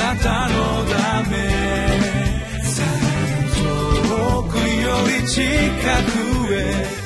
なたのため、遠くより近くへ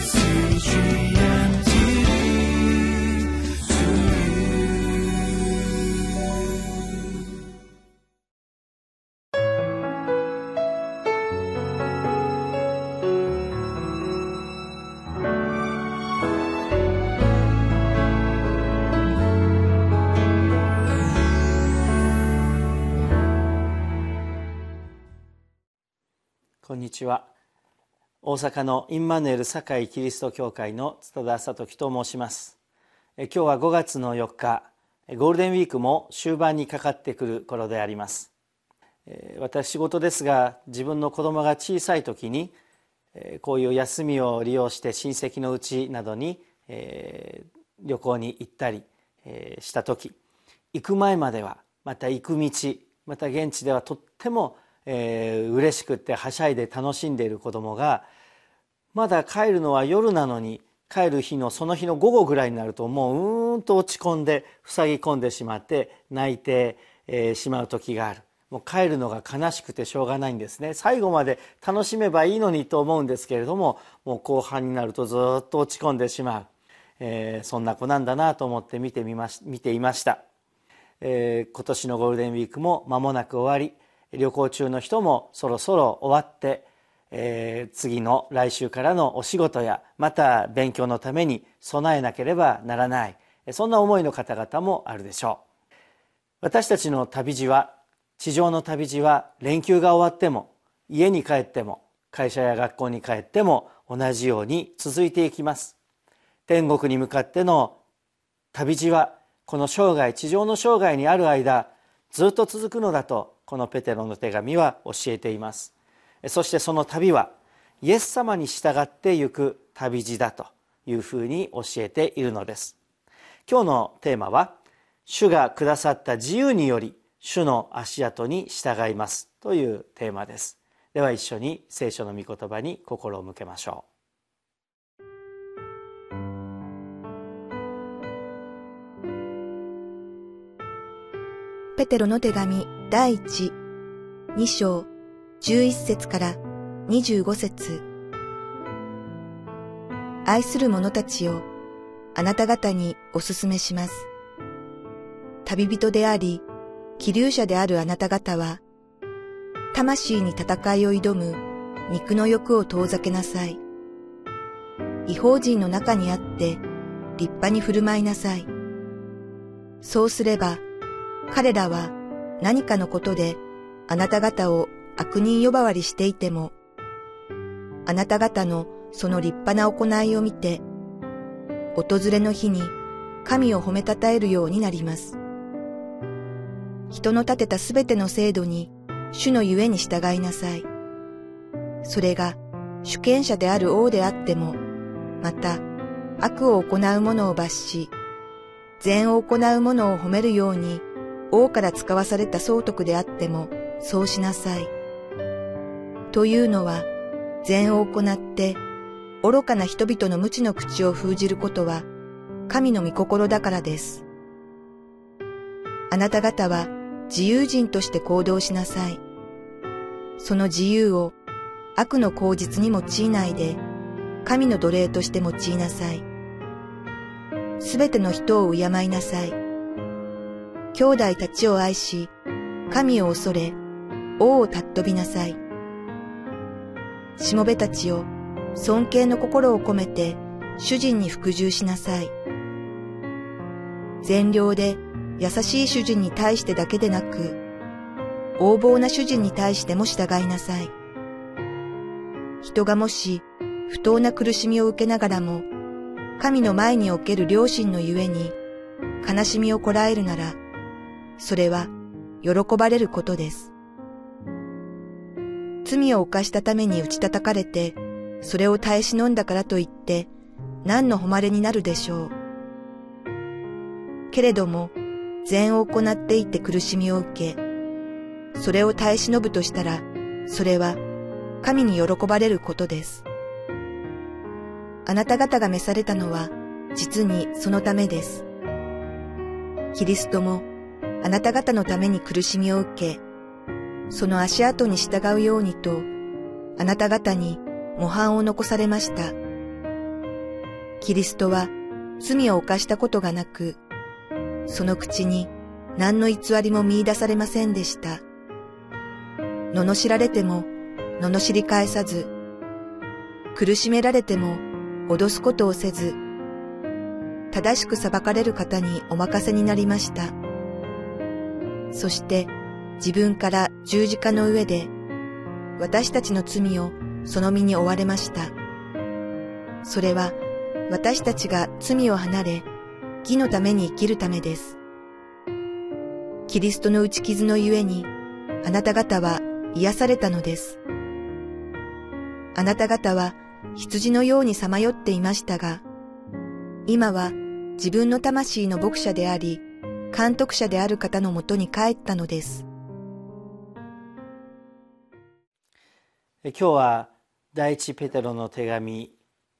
こんにちは。大阪のインマヌエル堺キリスト教会の津田聡樹と申します。今日は5月の4日、ゴールデンウィークも終盤にかかってくる頃であります。私仕事ですが、自分の子供が小さい時にこういう休みを利用して親戚の家などに旅行に行ったりした時、行く前までは、また行く道、また現地ではとっても嬉しくってはしゃいで楽しんでいる子供が、まだ帰るのは夜なのに、帰る日のその日の午後ぐらいになるともうと落ち込んで塞ぎ込んでしまって泣いてしまう時がある。もう帰るのが悲しくてしょうがないんですね。最後まで楽しめばいいのにと思うんですけれども、もう後半になるとずっと落ち込んでしまう、そんな子なんだなと思って見ていました。今年のゴールデンウィークも間もなく終わり、旅行中の人もそろそろ終わって、次の来週からのお仕事やまた勉強のために備えなければならない、そんな思いの方々もあるでしょう。私たちの旅路は、地上の旅路は連休が終わっても、家に帰っても、会社や学校に帰っても同じように続いていきます。天国に向かっての旅路は、この生涯、地上の生涯にある間ずっと続くのだと、このペテロの手紙は教えています。そしてその旅はイエス様に従って行く旅路だというふうに教えているのです。今日のテーマは、主がくださった自由により主の足跡に従いますというテーマです。では一緒に聖書の御言葉に心を向けましょう。 ペテロの手紙第2章11節から25節。愛する者たちよ、あなた方にお勧めします。旅人であり、寄留者であるあなた方は、魂に戦いを挑む肉の欲を遠ざけなさい。異邦人の中にあって立派に振る舞いなさい。そうすれば、彼らは何かのことであなた方を悪人呼ばわりしていても、あなた方のその立派な行いを見て、訪れの日に神を褒めたたえるようになります。人の立てたすべての制度に主のゆえに従いなさい。それが主権者である王であっても、また悪を行う者を罰し、善を行う者を褒めるように王から使わされた総督であってもそうしなさい。というのは、善を行って愚かな人々の無知の口を封じることは神の御心だからです。あなた方は自由人として行動しなさい。その自由を悪の口実に用いないで、神の奴隷として用いなさい。すべての人を敬いなさい。兄弟たちを愛し、神を恐れ、王を尊びなさい。しもべたちを尊敬の心を込めて主人に服従しなさい。善良で優しい主人に対してだけでなく、横暴な主人に対しても従いなさい。人がもし不当な苦しみを受けながらも、神の前における良心のゆえに悲しみをこらえるなら、それは喜ばれることです。罪を犯したために打ち叩かれて、それを耐え忍んだからといって、何の誉れになるでしょう。けれども、善を行っていって苦しみを受け、それを耐え忍ぶとしたら、それは神に喜ばれることです。あなた方が召されたのは、実にそのためです。キリストもあなた方のために苦しみを受け、その足跡に従うようにと、あなた方に模範を残されました。キリストは罪を犯したことがなく、その口に何の偽りも見出されませんでした。罵られても罵り返さず、苦しめられても脅すことをせず、正しく裁かれる方にお任せになりました。そして自分から十字架の上で私たちの罪をその身に負われました。それは私たちが罪を離れ、義のために生きるためです。キリストの打ち傷のゆえに、あなた方は癒されたのです。あなた方は羊のようにさまよっていましたが、今は自分の魂の牧者であり、監督者である方のもとに帰ったのです。 今日は第一ペテロの手紙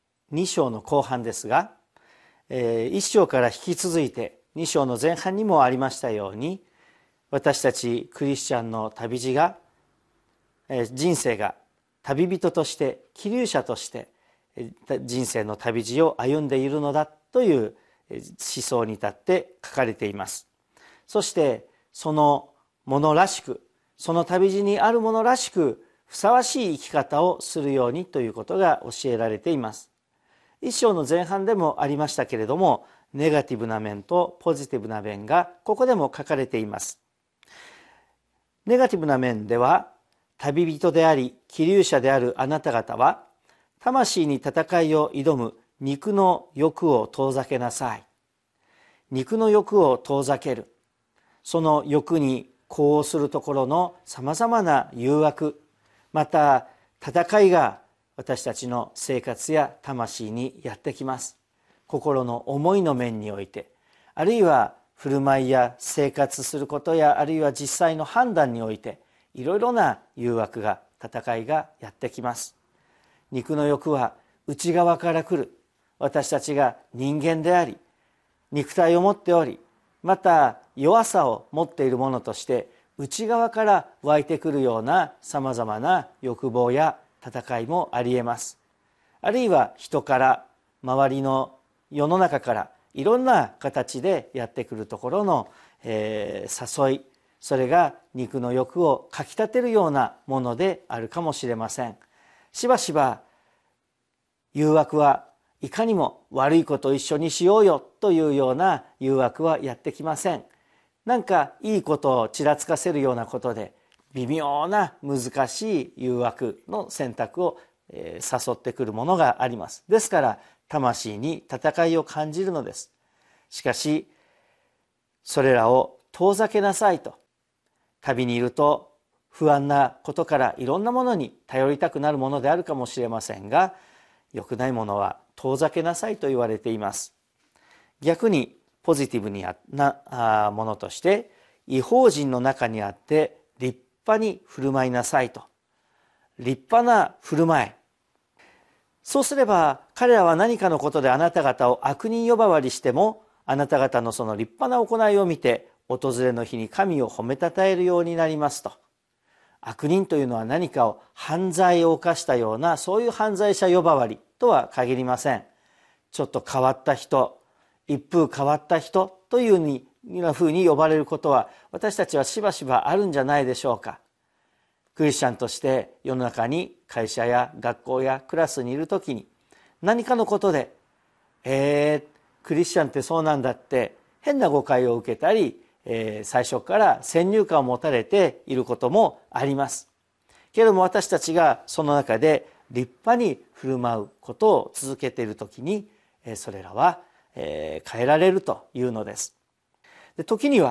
2章の後半ですが、1章から引き続いて2章の前半にもありましたように、私たちクリスチャンの旅路が、人生が旅人として希留者として人生の旅路を歩んでいるのだという思想に立って書かれています。そしてそのものらしく、その旅路にあるものらしくふさわしい生き方をするようにということが教えられています。一章の前半でもありましたけれども、ネガティブな面とポジティブな面がここでも書かれています。ネガティブな面では、旅人であり希留者であるあなた方は、魂に戦いを挑む肉の欲を遠ざけなさい。肉の欲を遠ざける。その欲に呼応するところのさまざまな誘惑、また戦いが私たちの生活や魂にやってきます。心の思いの面において、あるいは振る舞いや生活することや、あるいは実際の判断において、いろいろな誘惑が、戦いがやってきます。肉の欲は内側から来る。私たちが人間であり、肉体を持っており、また弱さを持っているものとして内側から湧いてくるようなさまざまな欲望や戦いもありえます。あるいは人から、周りの世の中からいろんな形でやってくるところの、誘い、それが肉の欲をかきたてるようなものであるかもしれません。しばしば誘惑はいかにも悪いことを一緒にしようよというような誘惑はやってきません。なんかいいことをちらつかせるようなことで、微妙な難しい誘惑の選択を誘ってくるものがあります。ですから魂に戦いを感じるのです。しかしそれらを遠ざけなさいと。旅にいると不安なことからいろんなものに頼りたくなるものであるかもしれませんが、良くないものは遠ざけなさいと言われています。逆にポジティブなものとして、異邦人の中にあって立派に振る舞いなさいと。立派な振る舞い。そうすれば彼らは何かのことであなた方を悪人呼ばわりしても、あなた方のその立派な行いを見て訪れの日に神を褒めたたえるようになりますと。悪人というのは何かを犯罪を犯したような、そういう犯罪者呼ばわりとは限りません。ちょっと変わった人、一風変わった人というふうに呼ばれることは、私たちはしばしばあるんじゃないでしょうか。クリスチャンとして世の中に、会社や学校やクラスにいるときに、何かのことでクリスチャンってそうなんだって変な誤解を受けたり、最初から先入観を持たれていることもあります。けれども私たちがその中で立派に振る舞うことを続けているときに、それらは変えられるというのです。で、時に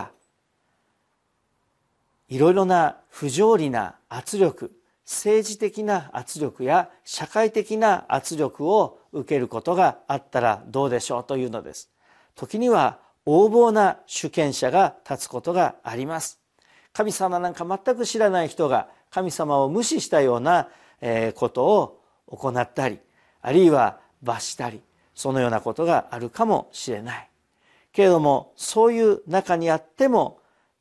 はいろいろな不条理な圧力、政治的な圧力や社会的な圧力を受けることがあったらどうでしょうというのです。時には横暴な主権者が立つことがあります。神様なんか全く知らない人が神様を無視したようなことを行ったり、あるいは罰したり、そのようなことがあるかもしれない。けれどもそういう中にあっても、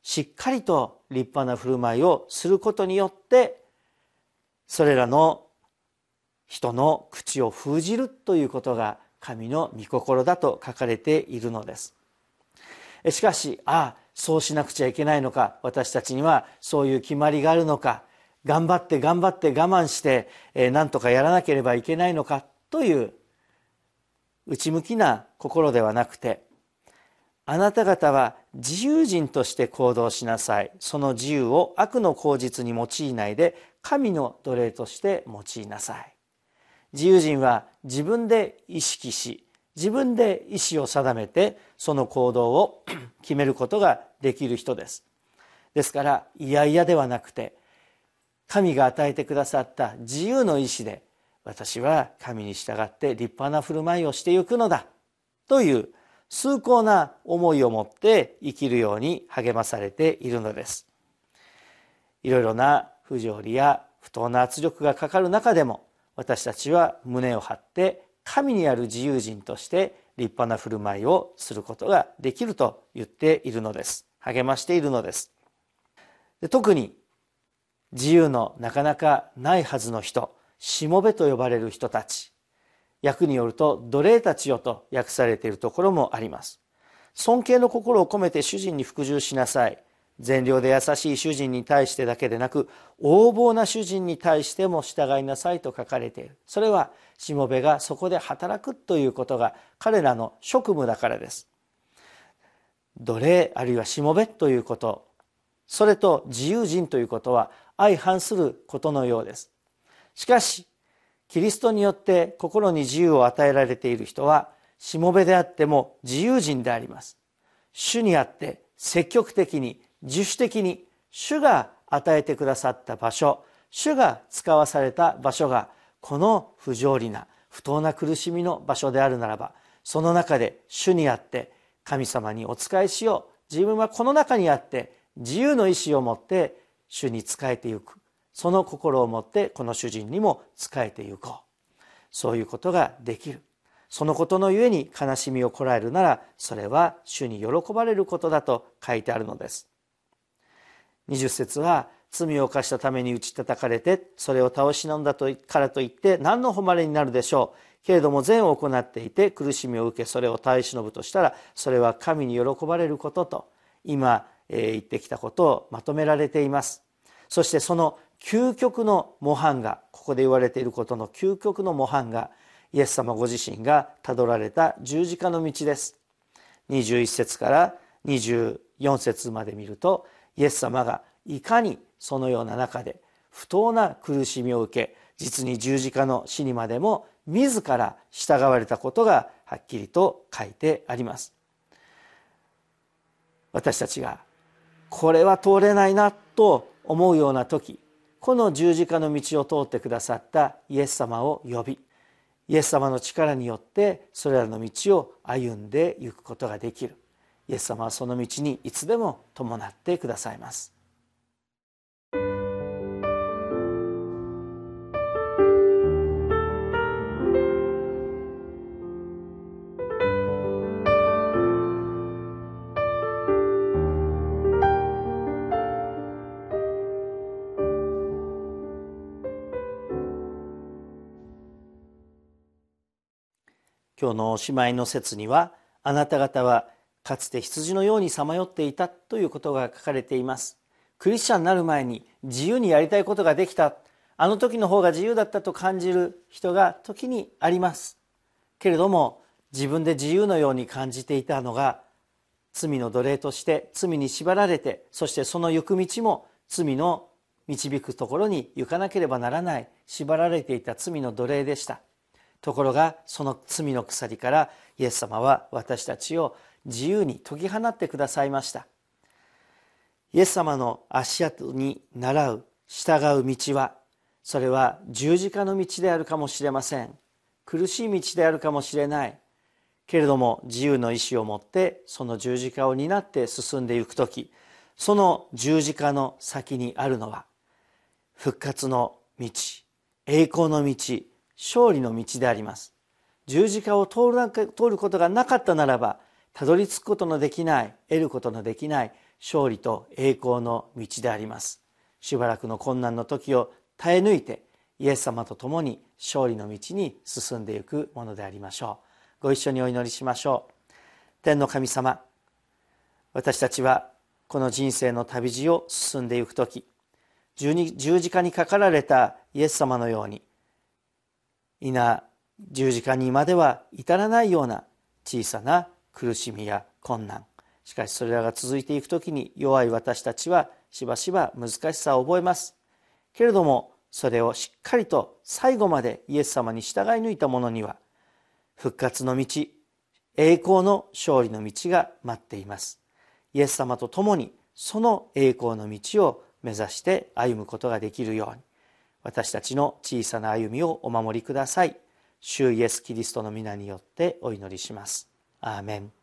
しっかりと立派な振る舞いをすることによって、それらの人の口を封じるということが神の御心だと書かれているのです。しかし、そうしなくちゃいけないのか、私たちにはそういう決まりがあるのか、頑張って我慢して何とかやらなければいけないのかという内向きな心ではなくて、あなた方は自由人として行動しなさい。その自由を悪の口実に用いないで、神の奴隷として用いなさい。自由人は自分で意識し、自分で意思を定めて、その行動を決めることができる人です。ですから、いやいやではなくて、神が与えてくださった自由の意志で、私は神に従って立派な振る舞いをしていくのだという崇高な思いを持って生きるように励まされているのです。いろいろな不条理や不当な圧力がかかる中でも、私たちは胸を張って神にある自由人として立派な振る舞いをすることができると言っているのです。励ましているのです。特に自由のなかなかないはずの人、しもべと呼ばれる人たち、訳によると奴隷たちよと訳されているところもあります。尊敬の心を込めて主人に服従しなさい。善良で優しい主人に対してだけでなく、横暴な主人に対しても従いなさいと書かれている。それはしもべがそこで働くということが彼らの職務だからです。奴隷あるいはしもべということ、それと自由人ということは相反することのようです。しかしキリストによって心に自由を与えられている人は、しもべであっても自由人であります。主にあって積極的に自主的に主が与えてくださった場所、主が使わされた場所がこの不条理な不当な苦しみの場所であるならば、その中で主にあって神様にお仕えしよう。自分はこの中にあって自由の意志を持って主に仕えていく。その心を持ってこの主人にも仕えていこう。そういうことができる。そのことのゆえに悲しみをこらえるなら、それは主に喜ばれることだと書いてあるのです。20節は、罪を犯したために打ち叩かれて、それを倒し飲んだからといって何の誉れになるでしょう。けれども善を行っていて苦しみを受け、それを耐え忍ぶとしたら、それは神に喜ばれることと、今言ってきたことをまとめられています。そしてその究極の模範が、ここで言われていることの究極の模範が、イエス様ご自身がたどられた十字架の道です。21節から24節まで見ると、イエス様がいかにそのような中で不当な苦しみを受け、実に十字架の死にまでも自ら従われたことがはっきりと書いてあります。私たちがこれは通れないなと思うような時、この十字架の道を通ってくださったイエス様を呼び、イエス様の力によってそれらの道を歩んでいくことができる。イエス様はその道にいつでも伴ってくださいます。今日のおしまいの説には、あなた方はかつて羊のようにさまよっていたということが書かれています。クリスチャンになる前に自由にやりたいことができた、あの時の方が自由だったと感じる人が時にあります。けれども自分で自由のように感じていたのが、罪の奴隷として罪に縛られて、そしてその行く道も罪の導くところに行かなければならない、縛られていた罪の奴隷でした。ところがその罪の鎖からイエス様は私たちを自由に解き放ってくださいました。イエス様の足跡に倣う、従う道は、それは十字架の道であるかもしれません。苦しい道であるかもしれない。けれども自由の意志を持ってその十字架を担って進んでいくとき、その十字架の先にあるのは復活の道、栄光の道、勝利の道であります。十字架を通ることがなかったならば、たどり着くことのできない、得ることのできない勝利と栄光の道であります。しばらくの困難の時を耐え抜いて、イエス様と共に勝利の道に進んでいくものでありましょう。ご一緒にお祈りしましょう。天の神様、私たちはこの人生の旅路を進んでいく時、十字架にかかられたイエス様のように、十字架にまでは至らないような小さな苦しみや困難、しかしそれらが続いていくときに弱い私たちはしばしば難しさを覚えます。けれどもそれをしっかりと最後までイエス様に従い抜いた者には復活の道、栄光の勝利の道が待っています。イエス様と共にその栄光の道を目指して歩むことができるように、私たちの小さな歩みをお守りください。主イエスキリストの皆によってお祈りします。アーメン。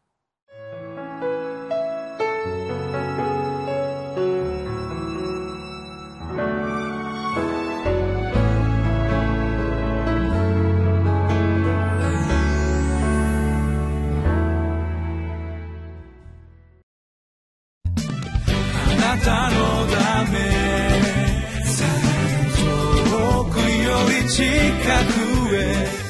あなたのため遠くより近くへ